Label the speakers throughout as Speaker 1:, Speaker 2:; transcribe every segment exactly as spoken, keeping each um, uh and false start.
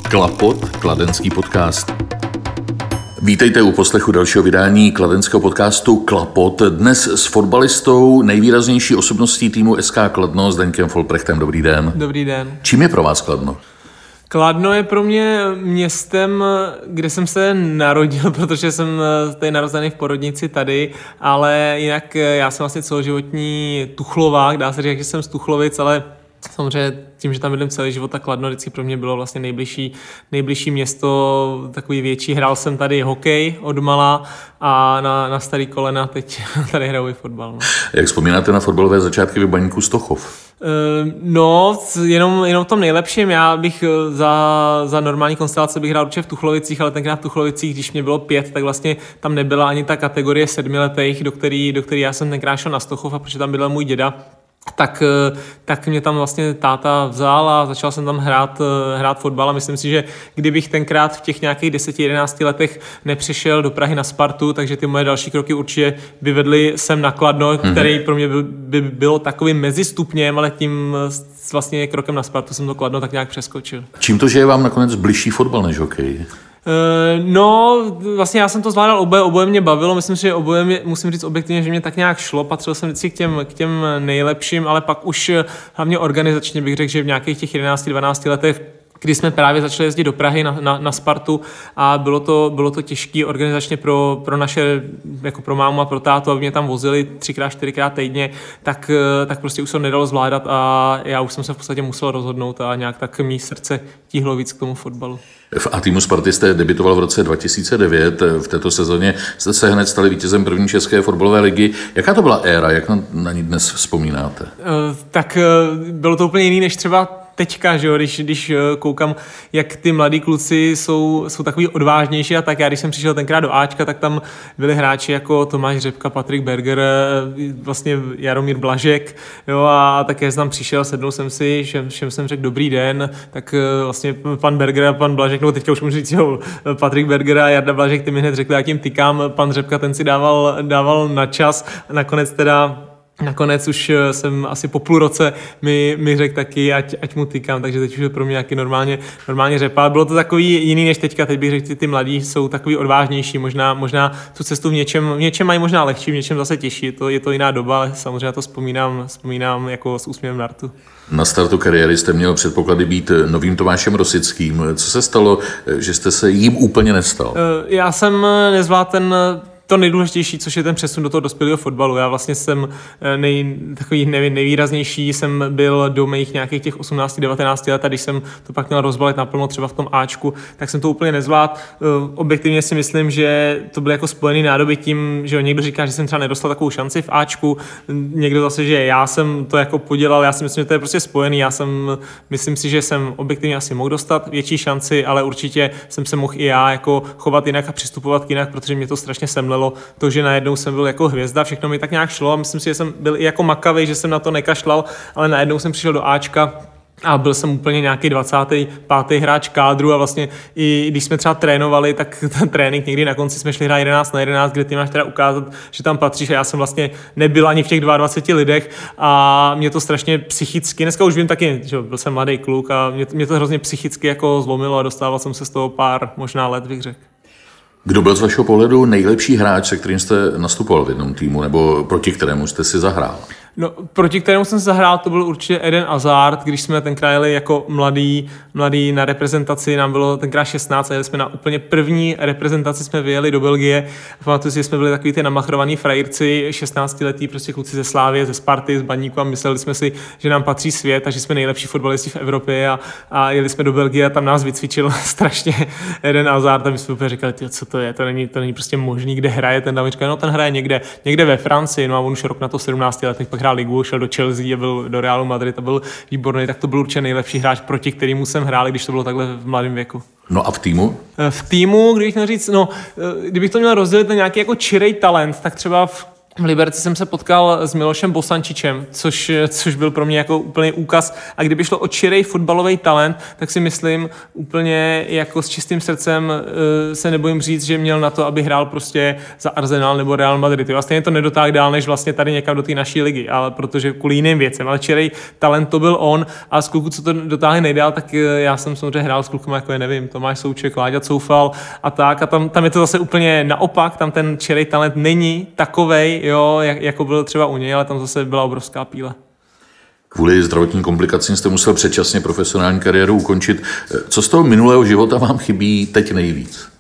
Speaker 1: Klapot, kladenský podcast. Vítejte u poslechu dalšího vydání kladenského podcastu Klapot. Dnes s fotbalistou, nejvýraznější osobností týmu S K Kladno, Zdeňkem Folprechtem. Dobrý den.
Speaker 2: Dobrý den.
Speaker 1: Čím je pro vás Kladno?
Speaker 2: Kladno je pro mě městem, kde jsem se narodil, protože jsem tady narozený v porodnici tady, ale jinak já jsem vlastně celoživotní Tuchlovák, dá se říct, že jsem z Tuchlovic, ale samozřejmě tím, že tam bydlím celý život, tak Kladno vždycky pro mě bylo vlastně nejbližší, nejbližší město, takový větší. Hrál jsem tady hokej odmala a na, na starý kolena teď tady hraju i fotbal. No.
Speaker 1: Jak vzpomínáte na fotbalové začátky v Baníku Stochov?
Speaker 2: No, jenom, jenom v tom nejlepším. Já bych za, za normální konstelace bych hrál určitě v Tuchlovicích, ale tenkrát v Tuchlovicích, když mě bylo pět, tak vlastně tam nebyla ani ta kategorie sedmiletých, do který, do který já jsem tenkrát šel na Stochov, a protože tam bydlel můj děda, tak, tak mě tam vlastně táta vzal a začal jsem tam hrát, hrát fotbal a myslím si, že kdybych tenkrát v těch nějakých deseti jedenácti letech nepřišel do Prahy na Spartu, takže ty moje další kroky určitě by vedly sem na Kladno, mm-hmm. který pro mě by, by bylo takovým mezistupněm, ale tím vlastně krokem na Spartu jsem to Kladno tak nějak přeskočil.
Speaker 1: Čím to, že je vám nakonec bližší fotbal než hokej?
Speaker 2: No, vlastně já jsem to zvládal oboje, oboje mě bavilo, myslím si, že oboje mě, musím říct objektivně, že mě tak nějak šlo, patřil jsem vždycky k těm, k těm nejlepším, ale pak už hlavně organizačně bych řekl, že v nějakých těch jedenácti dvanácti letech, kdy jsme právě začali jezdit do Prahy na, na, na Spartu a bylo to, bylo to těžké organizačně pro, pro naše, jako pro mámu a pro tátu, aby mě tam vozili třikrát, čtyřikrát týdně, tak, tak prostě už se to nedalo zvládat a já už jsem se v podstatě musel rozhodnout a nějak tak mý srdce tíhlo víc k tomu fotbalu.
Speaker 1: V A týmu Sparty jste debitoval v roce dva tisíce devět, v této sezóně jste se hned stali vítězem první české fotbalové ligy. Jaká to byla éra, jak na, na ní dnes vzpomínáte? Uh,
Speaker 2: tak uh, bylo to úplně jiný než třeba teďka, že jo, když, když koukám, jak ty mladí kluci jsou, jsou takový odvážnější a tak já, když jsem přišel tenkrát do Ačka, tak tam byli hráči jako Tomáš Řepka, Patrik Berger, vlastně Jaromír Blažek, jo, a také jsem tam přišel, sednul jsem si, všem, všem jsem řekl dobrý den, tak vlastně pan Berger a pan Blažek, no teďka už můžu říct, jo, Patrik Berger a Jarda Blažek, ty mi hned řekli, jak jim tykám, pan Řepka, ten si dával, dával na čas, a nakonec teda Nakonec už jsem asi po půl roce mi, mi řekl taky, ať, ať mu tykám, takže teď už je pro mě nějaký normálně, normálně řepal. Bylo to takový jiný než teďka, teď bych řekl, ty, ty mladí jsou takový odvážnější, možná, možná tu cestu v něčem, v něčem mají možná lehčí, v něčem zase těžší, je to, je to jiná doba, ale samozřejmě to vzpomínám, vzpomínám jako s úsměvem na rtu. Na
Speaker 1: startu kariéry jste měl předpoklady být novým Tomášem Rosickým. Co se stalo, že jste se jím úplně nestal?
Speaker 2: Já jsem nezvládl ten to nejdůležitější, což je ten přesun do toho dospělého fotbalu. Já vlastně jsem nej, takový nej, nejvýraznější, jsem byl do mých nějakých těch osmnácti devatenácti let a když jsem to pak měl rozbalit naplno třeba v tom Ačku, tak jsem to úplně nezvládl. Objektivně si myslím, že to byly jako spojený nádoby tím, že někdo říká, že jsem třeba nedostal takovou šanci v Ačku, někdo zase, že já jsem to jako podělal, já si myslím, že to je prostě spojený, já jsem, myslím si, že jsem objektivně asi mohl dostat větší šanci, ale určitě jsem se mohl i já jako chovat jinak a přistupovat jinak, protože mě to strašně semlelo. To, že najednou jsem byl jako hvězda, všechno mi tak nějak šlo a myslím si, že jsem byl i jako makavej, že jsem na to nekašlal, ale najednou jsem přišel do Ačka a byl jsem úplně nějaký dvacátý pátý hráč kádru a vlastně i když jsme třeba trénovali, tak ten trénink někdy na konci jsme šli hrát jedenáct na jedenáct, kde ty máš teda ukázat, že tam patříš a já jsem vlastně nebyl ani v těch dvaceti dvou lidech a mě to strašně psychicky, dneska už vím taky, že byl jsem mladý kluk a mě, mě to hrozně psychicky jako zlomilo a dostával jsem se z toho pár možná let, bych řekl.
Speaker 1: Kdo byl z vašeho pohledu nejlepší hráč, se kterým jste nastupoval v jednom týmu, nebo proti kterému jste si zahrál?
Speaker 2: No, proti kterému jsem se zahrál, to byl určitě Eden Hazard, když jsme tenkrát jeli jako mladý, mladý na reprezentaci, nám bylo tenkrát šestnáct a jeli jsme na úplně první reprezentaci, jsme vyjeli do Belgie. Pamatuju si, že jsme byli takový ty namachrovaný frajírci, šestnáctiletí prostě kluci ze Slávie, ze Sparty, z Baníku a mysleli jsme si, že nám patří svět a že jsme nejlepší fotbalisti v Evropě a, a jeli jsme do Belgie a tam nás vycvičil strašně Eden Hazard a my jsme úplně říkali, co to je, to není, to není prostě možný, kde hraje ten Davička, no ten hraje někde, někde ve Francii, no a on už rok na to sedmnácti letech pak hrál ligu, šel do Chelsea a byl do Realu Madrid a byl výborný, tak to byl určitě nejlepší hráč, proti kterému jsem hrál, když to bylo takhle v mladém věku.
Speaker 1: No a v týmu?
Speaker 2: V týmu, kdybych měl říct, no, kdybych to měl rozdělit na nějaký jako čirej talent, tak třeba v v Liberci jsem se potkal s Milošem Bosančičem, což, což byl pro mě jako úplný úkaz. A kdyby šlo o čirý fotbalový talent, tak si myslím úplně jako s čistým srdcem se nebojím říct, že měl na to, aby hrál prostě za Arsenal nebo Real Madrid. A stejně to nedotáhl dál, než vlastně tady někam do té naší ligy, ale protože kvůli jiným věcem. Ale čirý talent to byl on a z kluků, co to dotáhli nejdál, tak já jsem samozřejmě hrál s klukama, jako je, nevím, Tomáš Souček, Láďa Coufal a tak. A tam, tam je to zase úplně naopak, tam ten čirý talent není takovej, jo, jak, jako byl třeba u něj, ale tam zase byla obrovská píle.
Speaker 1: Kvůli zdravotním komplikacím jste musel předčasně profesionální kariéru ukončit. Co z toho minulého života vám chybí teď nejvíc?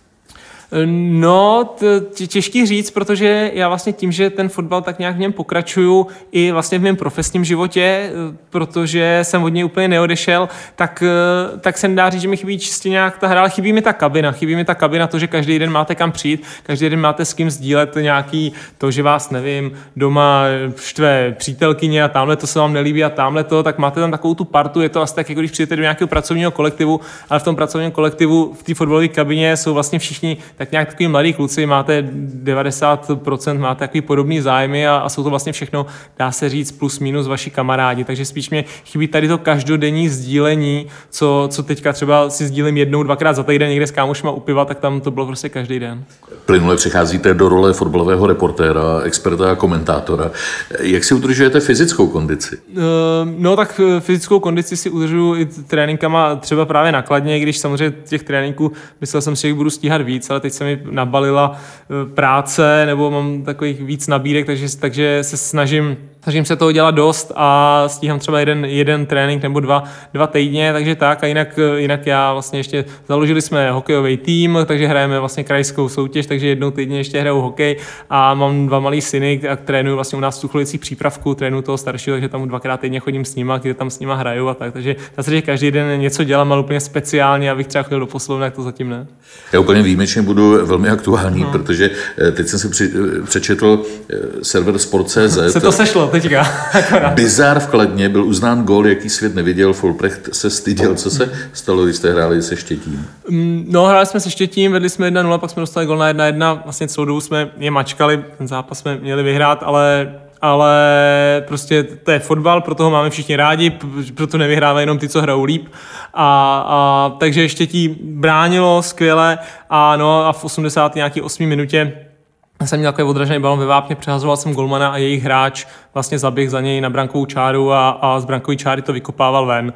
Speaker 2: No, t- těžký říct, protože já vlastně tím, že ten fotbal tak nějak v něm pokračuju i vlastně v mém profesním životě, protože jsem od něj úplně neodešel, tak, tak se dá říct, že mi chybí čistě nějak ta hra, ale chybí mi ta kabina. Chybí mi ta kabina, to, že každý den máte kam přijít, každý den máte s kým sdílet nějaký to, že vás, nevím, doma štve přítelkyně a tamhle to se vám nelíbí a tamhle to, tak máte tam takovou tu partu, je to asi tak, jako když přijdete do nějakého pracovního kolektivu, ale v tom pracovním kolektivu v té fotbalové kabině jsou vlastně všichni tak nějak takový mladí kluci, máte devadesát procent, máte takový podobný zájmy a, a jsou to vlastně všechno, dá se říct, plus minus vaši kamarádi, takže spíš mě chybí tady to každodenní sdílení, co, co teďka třeba si sdílím jednou, dvakrát za týden někde s kámošma u piva, tak tam to bylo prostě každý den.
Speaker 1: Plynule přicházíte do role fotbalového reportéra, experta a komentátora. Jak si udržujete fyzickou kondici?
Speaker 2: No tak fyzickou kondici si udržuji i tréninkama třeba právě nakladně, když samozřejmě těch tréninků myslel jsem si, že budu stíhat víc, ale teď se mi nabalila práce nebo mám takových víc nabídek, takže, takže se snažím Snažím se toho dělat dost a stíhám třeba jeden, jeden trénink nebo dva, dva týdně, takže tak. A jinak, jinak já vlastně ještě založili jsme hokejový tým, takže hrajeme vlastně krajskou soutěž, takže jednou týdně ještě hraju hokej a mám dva malý syny a trénuju vlastně u nás v Tucholicích přípravku, trénuju toho staršího, takže tam dvakrát týdně chodím s nima, kde tam s nima hraju a tak. Takže já se, že každý den něco dělám, ale úplně speciálně, abych třeba chodil do poslovny, tak to zatím ne.
Speaker 1: Já úplně výjimečně budu velmi aktuální, no. Protože teď jsem si při, přečetl server sport tečka cé zet.
Speaker 2: Se to sešlo teďka.
Speaker 1: Bizár v Kladně, byl uznán gól, jaký svět neviděl, Folprecht se styděl. Co se stalo, když jste hráli se Štětím?
Speaker 2: No, hráli jsme se Štětím, vedli jsme jedna nula, pak jsme dostali gól na jedna jedna, vlastně celou dobu jsme je mačkali, ten zápas jsme měli vyhrát, ale ale prostě to je fotbal, proto ho máme všichni rádi, proto nevyhrávají jenom ty, co hrajou líp. A, a takže Štětí bránilo skvěle a no a v osmdesáté nějaké osmé minutě jsem měl takový odražený balon ve vápně, přehazoval jsem golmana a jejich hráč vlastně zaběh za něj na brankovou čáru a, a z brankové čáry to vykopával ven.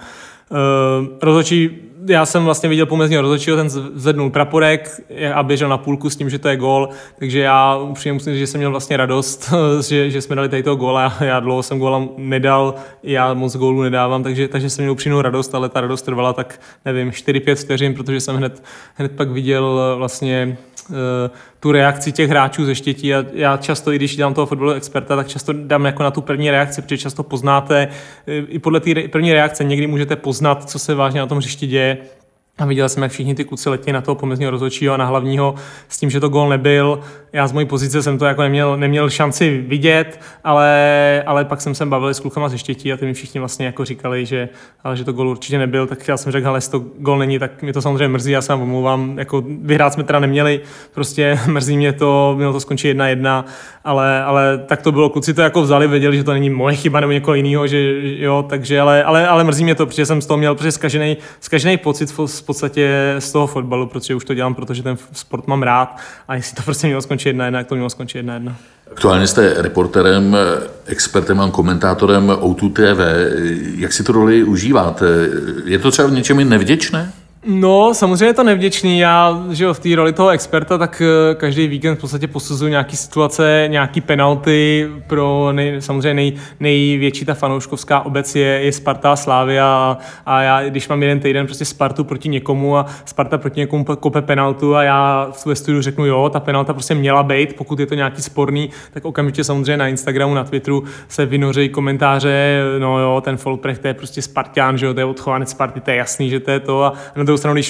Speaker 2: Uh, rozhodčí, já jsem vlastně viděl pomezního rozhodčího, ten zvednul praporek a běžel na půlku s tím, že to je gól, takže já upřímně musím říct, že jsem měl vlastně radost, že, že jsme dali tady toho góla, já dlouho jsem góla nedal, já moc gólů nedávám, takže, takže jsem měl upřímnou radost, ale ta radost trvala tak, nevím, čtyři pět vteřin, protože jsem hned, hned pak viděl vlastně uh, tu reakci těch hráčů ze Štětí a já často, i když dělám toho fotbalového experta, tak často dám jako na tu první reakci, protože často poznáte, i podle té první reakce někdy můžete poznat, co se vážně na tom hřišti děje. A viděl jsem, jak všichni ty kluci letí na toho pomezního rozhodčího a na hlavního s tím, že to gól nebyl. Já z mojí pozice jsem to jako neměl, neměl šanci vidět, ale, ale pak jsem se bavil s klukama ze Štětí a ty mi všichni vlastně jako říkali, že, ale že to gól určitě nebyl, tak já jsem řekl, ale jestli to gól není, tak mě to samozřejmě mrzí, já se vám omlouvám, jako vyhrát jsme teda neměli, prostě mrzí mě to, mělo to skončit jedna jedna, ale, ale tak to bylo, kluci to jako vzali, věděli, že to není moje chyba nebo někoho jiného, že jo, takže, ale, ale, ale mrzí mě to, protože jsem z toho měl prostě zkažený, zkažený pocit v podstatě z toho fotbalu, protože už to dělám, protože ten sport mám rád a jestli to prostě mělo skončit jedna jedna, jak to mělo skončit jedna jedna.
Speaker 1: Aktuálně jste reporterem, expertem a komentátorem O dva T V. Jak si tu roli užíváte? Je to třeba v něčem i nevděčné?
Speaker 2: No, samozřejmě je to nevděčný. Já, že jo, v té roli toho experta, tak každý víkend v podstatě posuzuju nějaký situace, nějaký penalty pro nej, samozřejmě nej, největší ta fanouškovská obec je, je Sparta a Slavia a já, když mám jeden týden prostě Spartu proti někomu a Sparta proti někomu kope penaltu a já ve studiu řeknu, jo, ta penalta prostě měla být, pokud je to nějaký sporný, tak okamžitě samozřejmě na Instagramu, na Twitteru se vynořejí komentáře, no jo, ten Folprecht, to je prostě Spartan, že jo, to je odchovanec Sparty, to je jasný, že to je to a na druhou stranu, když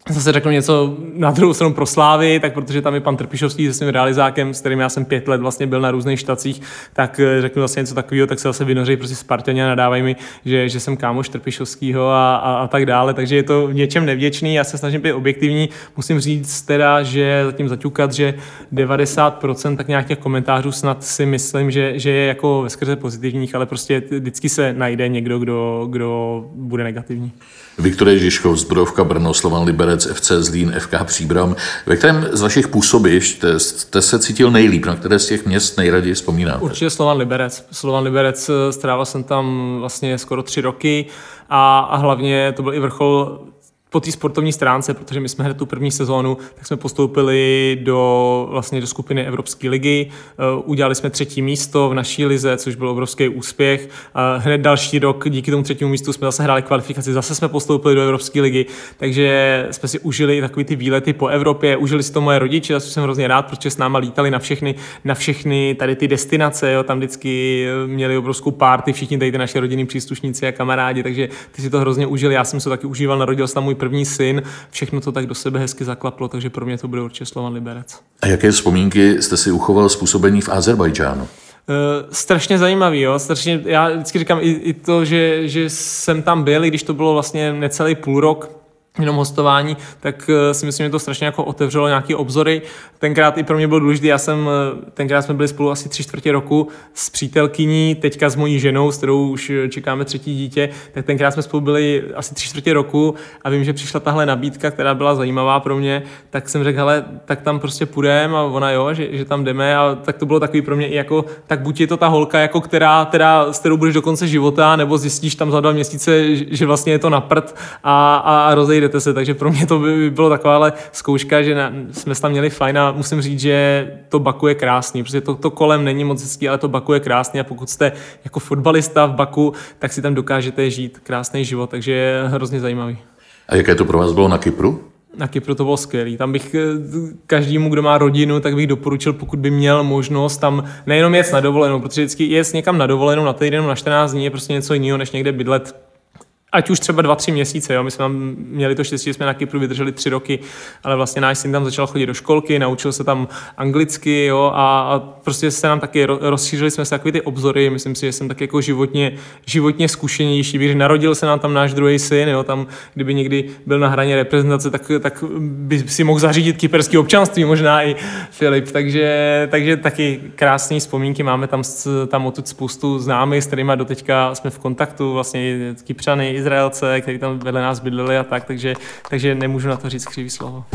Speaker 2: zase řeknu něco na druhou stranu pro Slávy, tak protože tam je pan Trpišovský se svým realizákem, s kterým já jsem pět let vlastně byl na různých štacích, tak řeknu vlastně něco takového, tak se zase vynoří prostě Spartani a nadávají mi, že, že jsem kámoš Trpišovskýho a, a, a tak dále, takže je to v něčem nevděčný, já se snažím být objektivní, musím říct teda, že zatím zaťukat, že devadesát procent tak nějak těch komentářů snad si myslím, že, že je jako veskrze pozitivních, ale prostě vždycky se najde někdo, kdo, kdo bude negativní.
Speaker 1: Viktor Ježiškov, Zbrojovka Brno, Slovan Liberec, F C Zlín, F K Příbram. Ve kterém z vašich působišť jste se cítil nejlíp? Na které z těch měst nejraději vzpomínáte?
Speaker 2: Určitě Slovan Liberec. Slovan Liberec, strávil jsem tam vlastně skoro tři roky a, a hlavně to byl i vrchol po té sportovní stránce, protože my jsme hned tu první sezónu, tak jsme postoupili do, vlastně do skupiny Evropské ligy, udělali jsme třetí místo v naší lize, což byl obrovský úspěch. Hned další rok díky tomu třetímu místu jsme zase hráli kvalifikaci, zase jsme postoupili do Evropské ligy, takže jsme si užili takový ty výlety po Evropě, užili si to moje rodiče, což jsem hrozně rád, protože s náma lítali na všechny, na všechny tady ty destinace, jo, tam vždycky měli obrovskou party, všichni tady ty naše rodinní příslušníci a kamarádi, takže ty si to hrozně užili, já jsem se taky užíval, narodil se tam můj první syn, všechno to tak do sebe hezky zaklaplo, takže pro mě to bude určitě Slovan Liberec.
Speaker 1: A jaké vzpomínky jste si uchoval z působení v Azerbajdžánu?
Speaker 2: Uh, strašně zajímavý, jo. Strašně, já vždycky říkám i, i to, že, že jsem tam byl, i když to bylo vlastně necelý půl rok, jenom hostování, tak si myslím, že to strašně jako otevřelo nějaké obzory. Tenkrát i pro mě bylo důležité, já jsem, tenkrát jsme byli spolu asi tři čtvrtě roku s přítelkyní, teďka s mojí ženou, s kterou už čekáme třetí dítě, tak tenkrát jsme spolu byli asi tři čtvrtě roku a vím, že přišla tahle nabídka, která byla zajímavá pro mě, tak jsem řekl, hele, tak tam prostě půjdeme a ona jo, že, že tam jdeme a tak to bylo takový pro mě i jako, tak buď je to ta holka, jako která, teda, s kterou budeš do konce života, nebo zjistíš tam za dva měsíce, že vlastně je to na prd a, a rozejde se, takže pro mě to by bylo takováhle zkouška, že na, jsme tam měli fajn a musím říct, že to Baku je krásný, protože to, to kolem není moc hezký, ale to Baku je krásný a pokud jste jako fotbalista v Baku, tak si tam dokážete žít krásný život, takže je hrozně zajímavý.
Speaker 1: A jaké to pro vás bylo na Kypru?
Speaker 2: Na Kypru to bylo skvělý. Tam bych každému, kdo má rodinu, tak bych doporučil, pokud by měl možnost tam nejenom jet na dovolenou, protože vždycky jet někam na dovolenou na týden, na čtrnáct dní je prostě něco jiného, než někde bydlet. Ať už třeba dva, tři měsíce, jo. My jsme tam měli to štěstí, že jsme na Kypru vydrželi tři roky, ale vlastně náš syn tam začal chodit do školky, naučil se tam anglicky, jo, a, a prostě se nám taky rozšířili jsme se takový ty obzory, myslím si, že jsem tak jako životně, životně zkušenější, když narodil se nám tam náš druhý syn, jo, tam kdyby někdy byl na hraně reprezentace, tak, tak by si mohl zařídit kyperský občanství, možná i Filip, takže, takže taky krásné vzpomínky, máme tam, tam odtud spoustu známých, s kterými doteďka jsme v kontaktu, vlastně Kypřany, Izraelce, kteří tam vedle nás bydleli a tak, takže, takže nemůžu na to říct křivý slovo.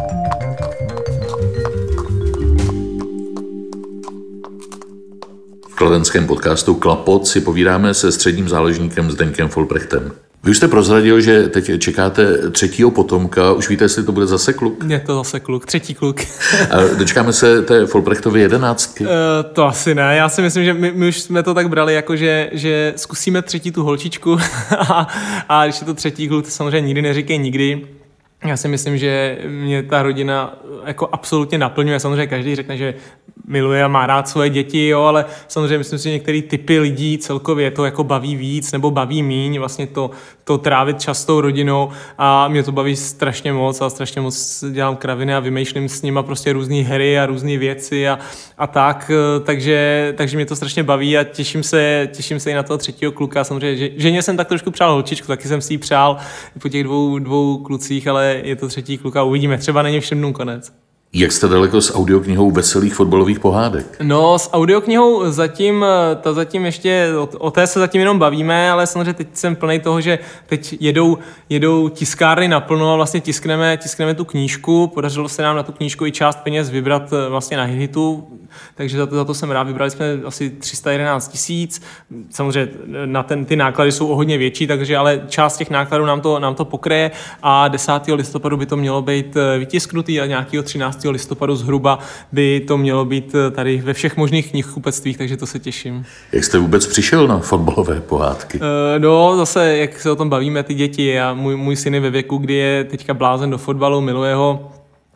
Speaker 1: V kladenském podcastu Klapot si povídáme se středním záložníkem Zdeňkem Folprechtem. Vy už jste prozradil, že teď čekáte třetího potomka. Už víte, jestli to bude zase kluk?
Speaker 2: Je to zase kluk, třetí kluk.
Speaker 1: A dočkáme se té Folprechtovy jedenáctky? Uh,
Speaker 2: to asi ne. Já si myslím, že my, my už jsme to tak brali, jako že, že zkusíme třetí tu holčičku a, a když je to třetí kluk, to samozřejmě nikdy neříkej nikdy. Já si myslím, že mě ta rodina jako absolutně naplňuje. Samozřejmě každý řekne, že miluje a má rád svoje děti, jo, ale samozřejmě myslím si, že některé typy lidí celkově to jako baví víc nebo baví míň, vlastně to, to trávit čas s tou rodinou a mě to baví strašně moc a strašně moc dělám kraviny a vymýšlím s nima prostě různé hry a různé věci a, a tak, takže, takže mě to strašně baví a těším se, těším se i na toho třetího kluka. Samozřejmě, že, ženě jsem tak trošku přál holčičku, taky jsem si ji přál po těch dvou, dvou klucích, ale je to třetí kluk a uvidíme, třeba není všem dnům konec.
Speaker 1: Jak jste daleko s audioknihou veselých fotbalových pohádek?
Speaker 2: No, s audioknihou zatím, ta zatím ještě, o, o té se zatím jenom bavíme, ale samozřejmě teď jsem plnej toho, že teď jedou, jedou tiskárny naplno a vlastně tiskneme, tiskneme tu knížku. Podařilo se nám na tu knížku i část peněz vybrat vlastně na Hitu, takže za to, za to jsem rád. Vybrali jsme asi tři sta jedenáct tisíc. Samozřejmě na ten, ty náklady jsou o hodně větší, takže ale část těch nákladů nám to, nám to pokryje a desátého listopadu by to mělo být vytisknutý a nějakého třináctého listopadu zhruba by to mělo být tady ve všech možných knihkupectvích, takže to se těším.
Speaker 1: Jak jste vůbec přišel na fotbalové pohádky?
Speaker 2: Uh, no, zase, jak se o tom bavíme, ty děti a můj, můj syn je ve věku, kdy je teďka blázen do fotbalu, miluje ho.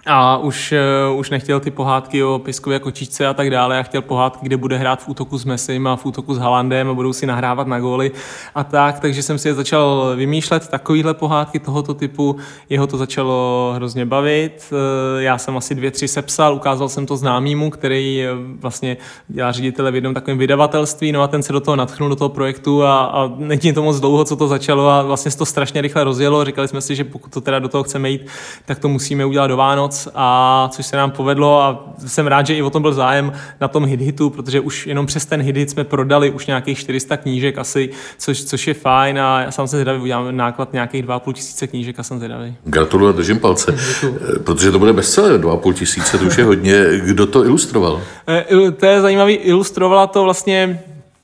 Speaker 2: A už, uh, už nechtěl ty pohádky o Piskově kočičce a tak dále. A chtěl pohádky, kde bude hrát v útoku s Messim a v útoku s Haalandem a budou si nahrávat na góly a tak. Takže jsem si je začal vymýšlet takovýhle pohádky tohoto typu. Jeho to začalo hrozně bavit. Uh, já jsem asi dvě, tři sepsal, ukázal jsem to známýmu, který vlastně dělá ředitele v jednom takovém vydavatelství. No a ten se do toho nadchnul, do toho projektu a, a není to moc dlouho, co to začalo a vlastně se to strašně rychle rozjelo. Říkali jsme si, že pokud to teda do toho chceme jít, tak to musíme udělat do Vánoc. A což se nám povedlo a jsem rád, že i o tom byl zájem na tom hit-hitu, protože už jenom přes ten hit-hit jsme prodali už nějakých čtyři sta knížek asi, což, což je fajn a já sám se zvědavý, uděláme náklad nějakých dva a půl tisíce knížek a jsem zvědavý.
Speaker 1: Gratuluju a držím palce, protože to bude bestseller, dva a půl tisíce, to už je hodně. Kdo to ilustroval?
Speaker 2: To je zajímavý, ilustrovala to vlastně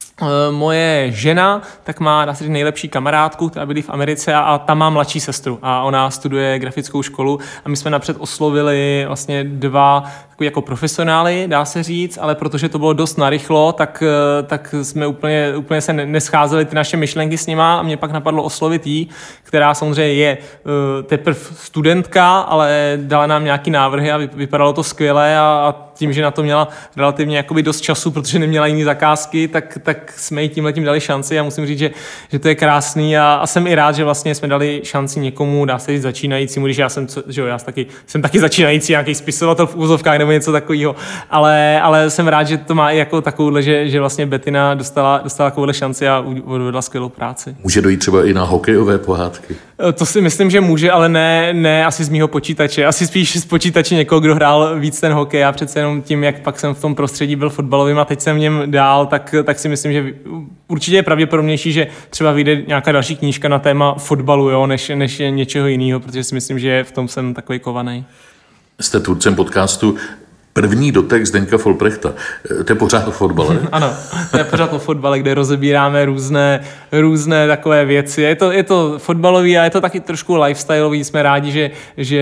Speaker 2: moje žena, tak má, dá se říct, nejlepší kamarádku, která bydlí v Americe a, a tam má mladší sestru a ona studuje grafickou školu a my jsme napřed oslovili vlastně dva jako profesionály, dá se říct, ale protože to bylo dost narychlo, tak, tak jsme úplně, úplně se nescházeli ty naše myšlenky s nima a mě pak napadlo oslovit jí, která samozřejmě je teprve studentka, ale dala nám nějaký návrhy a vypadalo to skvěle a, a tím, že na to měla relativně jakoby dost času, protože neměla jiný zakázky, tak, tak jsme jí tímhletím dali šanci a musím říct, že, že to je krásný a, a jsem i rád, že vlastně jsme dali šanci někomu, dá se říct začínajícímu, když já jsem, že jo, já taky, jsem taky začínající nějaký spisovatel v úzovkách nebo něco takového, ale, ale jsem rád, že to má i jako takovouhle, že, že vlastně Bettina dostala, dostala takovouhle šanci a odvedla skvělou práci.
Speaker 1: Může dojít třeba i na hokejové pohádky?
Speaker 2: To si myslím, že může, ale ne, ne asi z mýho počítače. Asi spíš z počítače někoho, kdo hrál víc ten hokej. Já přece jenom tím, jak pak jsem v tom prostředí byl fotbalovým a teď jsem v něm dál, tak, tak si myslím, že určitě je pravděpodobnější, že třeba vyjde nějaká další knížka na téma fotbalu, jo, než, než něčeho jiného, protože si myslím, že v tom jsem takový kovaný.
Speaker 1: Jste tvůrcem podcastu První dotek Zdeňka Folprechta. To je pořád o fotbale?
Speaker 2: Ano, to je pořád o fotbale, kde rozebíráme různé, různé takové věci. Je to, je to fotbalový a je to taky trošku lifestyleový. Jsme rádi, že,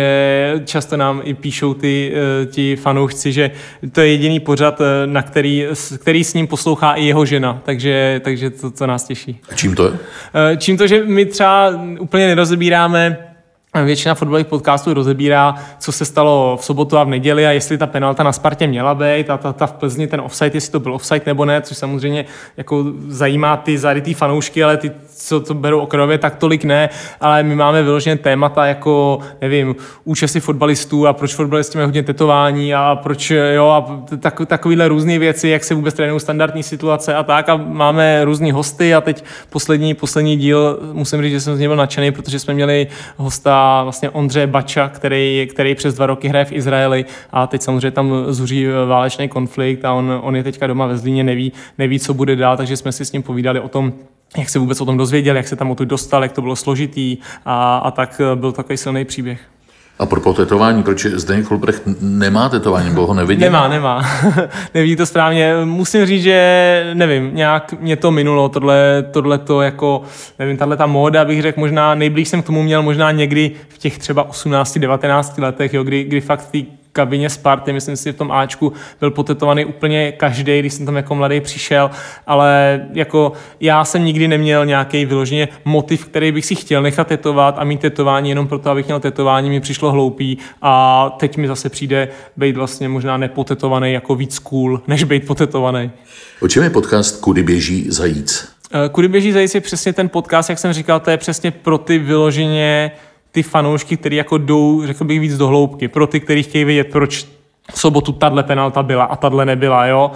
Speaker 2: že často nám i píšou ty, ti fanoušci, že to je jediný pořad, na který, který s ním poslouchá i jeho žena. Takže, takže to, to nás těší.
Speaker 1: A čím to je?
Speaker 2: Čím to, že my třeba úplně nerozebíráme. Většina fotbalových podcastů rozebírá, co se stalo v sobotu a v neděli a jestli ta penalta na Spartě měla být a ta, ta v Plzni ten offside, jestli to byl offside nebo ne, což samozřejmě jako zajímá ty zarytý fanoušky, ale ty, co to berou okrajově, tak tolik ne, ale my máme vyloženě témata jako, nevím, účesy fotbalistů a proč fotbalisti mají hodně tetování a proč, jo, a tak, takovýhle různé věci, jak se vůbec trénují standardní situace a tak a máme různý hosty a teď poslední, poslední díl, musím říct, že jsem z něj byl nadšený, protože jsme měli hosta vlastně Ondřeje Bača, který, který přes dva roky hraje v Izraeli a teď samozřejmě tam zuří válečný konflikt a on, on je teďka doma ve Zlíně, neví, neví, co bude dál, takže jsme si s ním povídali o tom, jak se vůbec o tom dozvěděl, jak se tam o to dostal, jak to bylo složitý a, a tak byl takový silný příběh.
Speaker 1: A pro tetování, proč Zdeněk Folprecht nemá tetování, bo ho nevidí?
Speaker 2: Nemá, nemá. Nevidí to správně. Musím říct, že nevím, nějak mě to minulo, tohle, tohle to jako, nevím, tahle ta móda, bych řekl, možná nejblíž jsem k tomu měl možná někdy v těch třeba osmnácti devatenácti letech, jo, kdy, kdy fakt ty kabině Sparty, myslím si, v tom Ačku byl potetovaný úplně každý, když jsem tam jako mladý přišel, ale jako já jsem nikdy neměl nějaký vyloženě motiv, který bych si chtěl nechat tetovat a mít tetování jenom proto, abych měl tetování, mi přišlo hloupý a teď mi zase přijde být vlastně možná nepotetovaný jako víc cool, než být potetovaný.
Speaker 1: O čem je podcast Kudy běží zajíc?
Speaker 2: Kudy běží zajíc je přesně ten podcast, jak jsem říkal, to je přesně pro ty vyloženě ty fanoušky, který jako jdou, řekl bych, víc do hloubky, pro ty, kteří chtějí vědět, proč v sobotu tahle penalta byla a tahle nebyla, jo.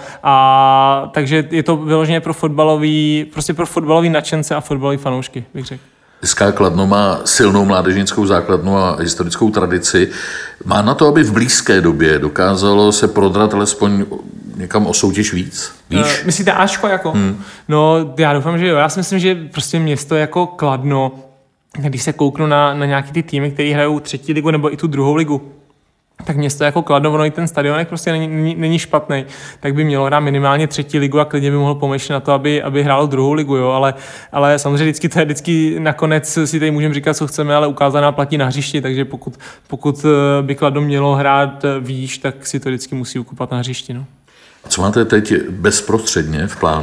Speaker 2: A takže je to vyloženě pro fotbalový, prostě pro fotbalový nadšence a fotbalový fanoušky, bych řekl.
Speaker 1: S K Kladno má silnou mládežnickou základnu a historickou tradici. Má na to, aby v blízké době dokázalo se prodrat alespoň někam o soutěž víc? Víš? Uh,
Speaker 2: myslíte Ačko jako? Hmm. No, já doufám, že jo. Já si myslím, že prostě město jako Kladno, když se kouknu na, na nějaký ty týmy, který hrajou třetí ligu nebo i tu druhou ligu, tak město jako Kladno, ono i ten stadionek prostě není, není, není špatný, tak by mělo hrát minimálně třetí ligu a klidně by mohlo pomýšlet na to, aby, aby hrálo druhou ligu, jo, ale, ale samozřejmě vždycky to je vždycky nakonec si tady můžeme říkat, co chceme, ale ukázaná platí na hřišti, takže pokud, pokud by Kladno mělo hrát výš, tak si to vždycky musí ukupat na hřišti, no.
Speaker 1: A co máte teď bezprostředně v plánu?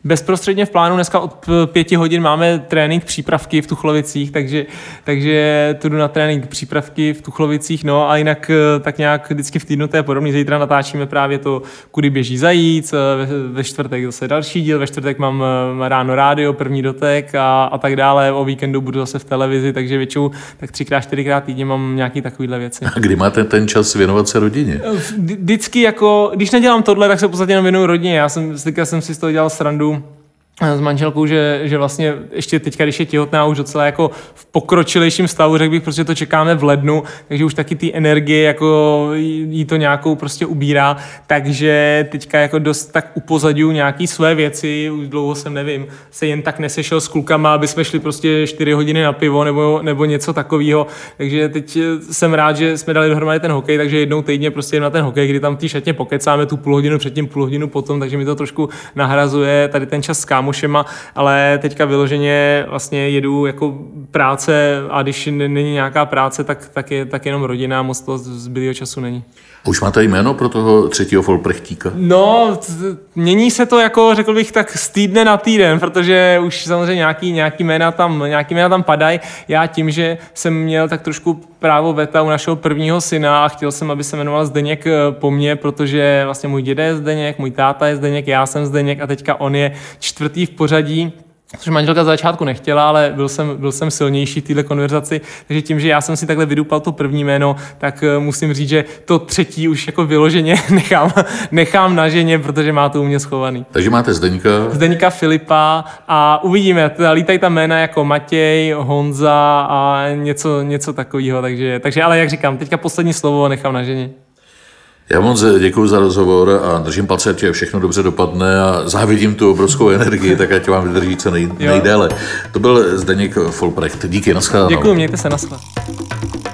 Speaker 2: bezprostředně v plánu. Dneska od pěti hodin máme trénink přípravky v Tuchlovicích, takže, takže tu jdu na trénink přípravky v Tuchlovicích, no a jinak tak nějak vždycky v týdnu to je podobný. Zítra natáčíme právě to, kudy běží zajíc, ve, ve čtvrtek zase další díl, ve čtvrtek mám ráno rádio, první dotek a, a tak dále. O víkendu budu zase v televizi, takže většinou tak třikrát, čtyřikrát týdně mám nějaký takovýhle věci.
Speaker 1: A kdy máte ten čas věnovat se rodině?
Speaker 2: Vždycky jako, když nedělám tohle, tak se v podstatě jenom věnuju rodině. Já jsem, jsem si z toho dělal srandu s manželkou, že, že vlastně ještě teďka, když je těhotná, už docela jako v pokročilejším stavu, řekl bych, protože to čekáme v lednu, takže už taky ty energie jako jí to nějakou prostě ubírá, takže teďka jako dost tak upozadňuju nějaký své věci, už dlouho jsem, nevím, se jen tak nesešel s klukama, aby jsme šli prostě čtyři hodiny na pivo nebo, nebo něco takového, takže teď jsem rád, že jsme dali dohromady ten hokej, takže jednou týdně prostě jdem na ten hokej, kdy tam v té šatně pokecáme tu půl hodinu předtím, půl hodinu potom, takže mi to trošku nahrazuje tady ten čas s kámošema, ale teďka vyloženě vlastně jedu jako práce a když není nějaká práce, tak, tak, je, tak jenom rodina, moc toho zbylého času není.
Speaker 1: Už máte jméno pro toho třetího Folprechtíka?
Speaker 2: No, t- mění se to jako, řekl bych, tak z týdne na týden, protože už samozřejmě nějaký, nějaký, jména tam, nějaký jména tam padají. Já tím, že jsem měl tak trošku právo veta u našeho prvního syna a chtěl jsem, aby se jmenoval Zdeněk po mně, protože vlastně můj děda je Zdeněk, můj táta je Zdeněk, já jsem Zdeněk a teďka on je čtvrtý v pořadí. Což manželka za začátku nechtěla, ale byl jsem, byl jsem silnější v téhle konverzaci, takže tím, že já jsem si takhle vydupal to první jméno, tak musím říct, že to třetí už jako vyloženě nechám, nechám na ženě, protože má to u mě schovaný.
Speaker 1: Takže máte Zdeňka.
Speaker 2: Zdeňka Filipa a uvidíme, lítají tam jména jako Matěj, Honza a něco, něco takového, takže, takže ale jak říkám, teďka poslední slovo nechám na ženě.
Speaker 1: Já moc děkuji za rozhovor a držím palce, ať všechno dobře dopadne a závidím tu obrovskou energii, tak ať vám vydrží co nej, nejdéle. To byl Zdeněk Folprecht. Díky, naschledanou.
Speaker 2: Děkuji, mějte se, naschledanou.